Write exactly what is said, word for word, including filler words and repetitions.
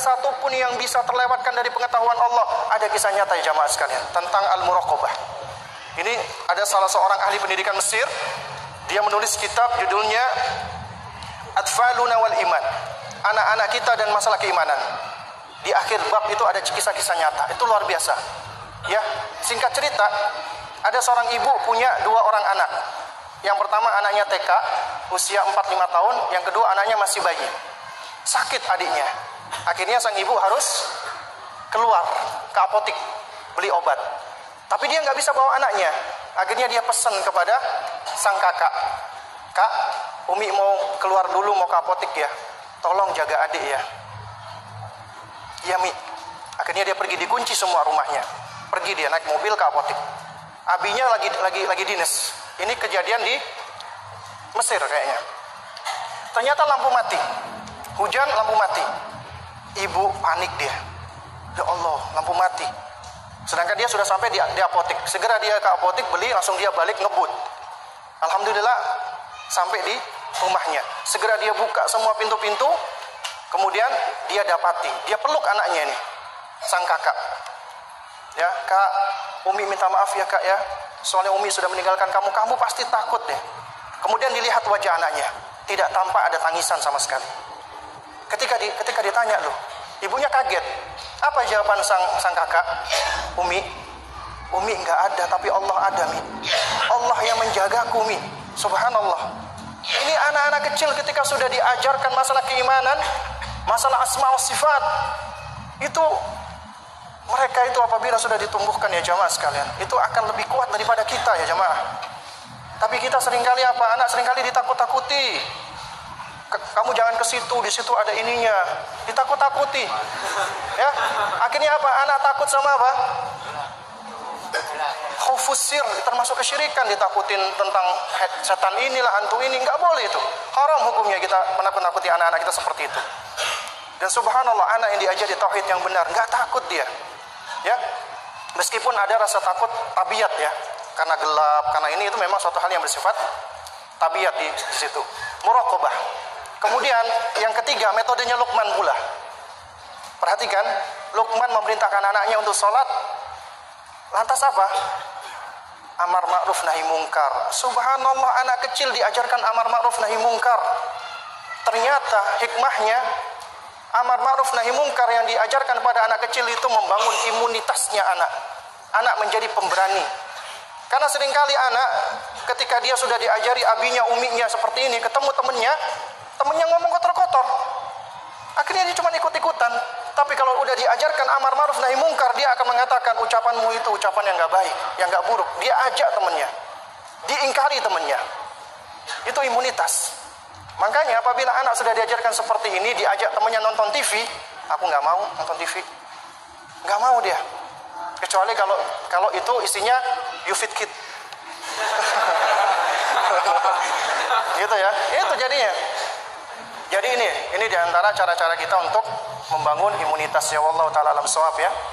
satupun yang bisa terlewatkan dari pengetahuan Allah. Ada kisah nyata ya jamaah sekalian tentang al-muraqabah. Ini ada salah seorang ahli pendidikan Mesir, dia menulis kitab judulnya Atfaluna wal Iman, anak-anak kita dan masalah keimanan. Di akhir bab itu ada kisah-kisah nyata, itu luar biasa. Ya, singkat cerita, ada seorang ibu punya dua orang anak. Yang pertama anaknya T K, usia empat lima tahun, yang kedua anaknya masih bayi. Sakit adiknya. Akhirnya sang ibu harus keluar ke apotik beli obat. Tapi dia nggak bisa bawa anaknya. Akhirnya dia pesan kepada sang kakak, "Kak, Umi mau keluar dulu, mau ke apotik ya. Tolong jaga adik ya." "Iya, Mi." Akhirnya dia pergi, dikunci semua rumahnya. Pergi dia naik mobil ke apotik. Abinya lagi lagi lagi dinas. Ini kejadian di Mesir kayaknya. Ternyata lampu mati. Hujan, lampu mati. Ibu panik dia. Ya Allah, lampu mati. Sedangkan dia sudah sampai di, di apotik. Segera dia ke apotik beli, langsung dia balik ngebut. Alhamdulillah sampai di rumahnya. Segera dia buka semua pintu-pintu. Kemudian dia dapati, dia peluk anaknya ini, sang kakak. Ya, "Kak, Umi minta maaf ya Kak ya. Soalnya Umi sudah meninggalkan kamu. Kamu pasti takut deh." Kemudian dilihat wajah anaknya, tidak tampak ada tangisan sama sekali. Ketika di, ketika ditanya loh, ibunya kaget. Apa jawaban sang sang kakak? "Umi, Umi nggak ada, tapi Allah ada, Mi. Allah yang menjagaku, Mi." Subhanallah. Ini anak-anak kecil ketika sudah diajarkan masalah keimanan, masalah asma wa sifat, itu mereka itu apabila sudah ditumbuhkan ya jamaah sekalian, itu akan lebih kuat daripada kita ya jamaah. Tapi kita seringkali apa? Anak seringkali ditakut-takuti. "Kamu jangan ke situ, di situ ada ininya." Ditakut-takuti. Ya, akhirnya apa? Anak takut sama apa? Khufusir, termasuk kesyirikan, ditakutin tentang setan inilah, hantu ini, nggak boleh itu. Haram hukumnya kita menakut-nakuti anak-anak kita seperti itu. Dan subhanallah, anak yang diajari tauhid yang benar, nggak takut dia. Ya, meskipun ada rasa takut tabiat ya, karena gelap, karena ini itu memang suatu hal yang bersifat tabiat di, di situ. Muraqabah. Kemudian yang ketiga, metodenya Luqman pula. Perhatikan, Luqman memerintahkan anaknya untuk sholat. Lantas apa? Amar ma'ruf nahi mungkar. Subhanallah, anak kecil diajarkan amar ma'ruf nahi mungkar. Ternyata hikmahnya, amar ma'ruf nahi mungkar yang diajarkan pada anak kecil itu membangun imunitasnya anak. Anak menjadi pemberani. Karena seringkali anak ketika dia sudah diajari abinya, uminya seperti ini, ketemu temennya, temennya ngomong kotor-kotor. Akhirnya dia cuma ikut-ikutan. Tapi kalau udah diajarkan amar ma'ruf nahi mungkar, dia akan mengatakan ucapanmu itu ucapan yang gak baik, yang gak buruk. Dia ajak temennya, diingkari temennya. Itu imunitas. Makanya apabila anak sudah diajarkan seperti ini, diajak temennya nonton T V, aku gak mau nonton T V. Gak mau dia. Kecuali kalau kalau itu isinya You Fit Kid. Gitu ya. Itu jadinya. Jadi ini, ini diantara cara-cara kita untuk membangun imunitas ya Allah Ta'ala alam shawab ya.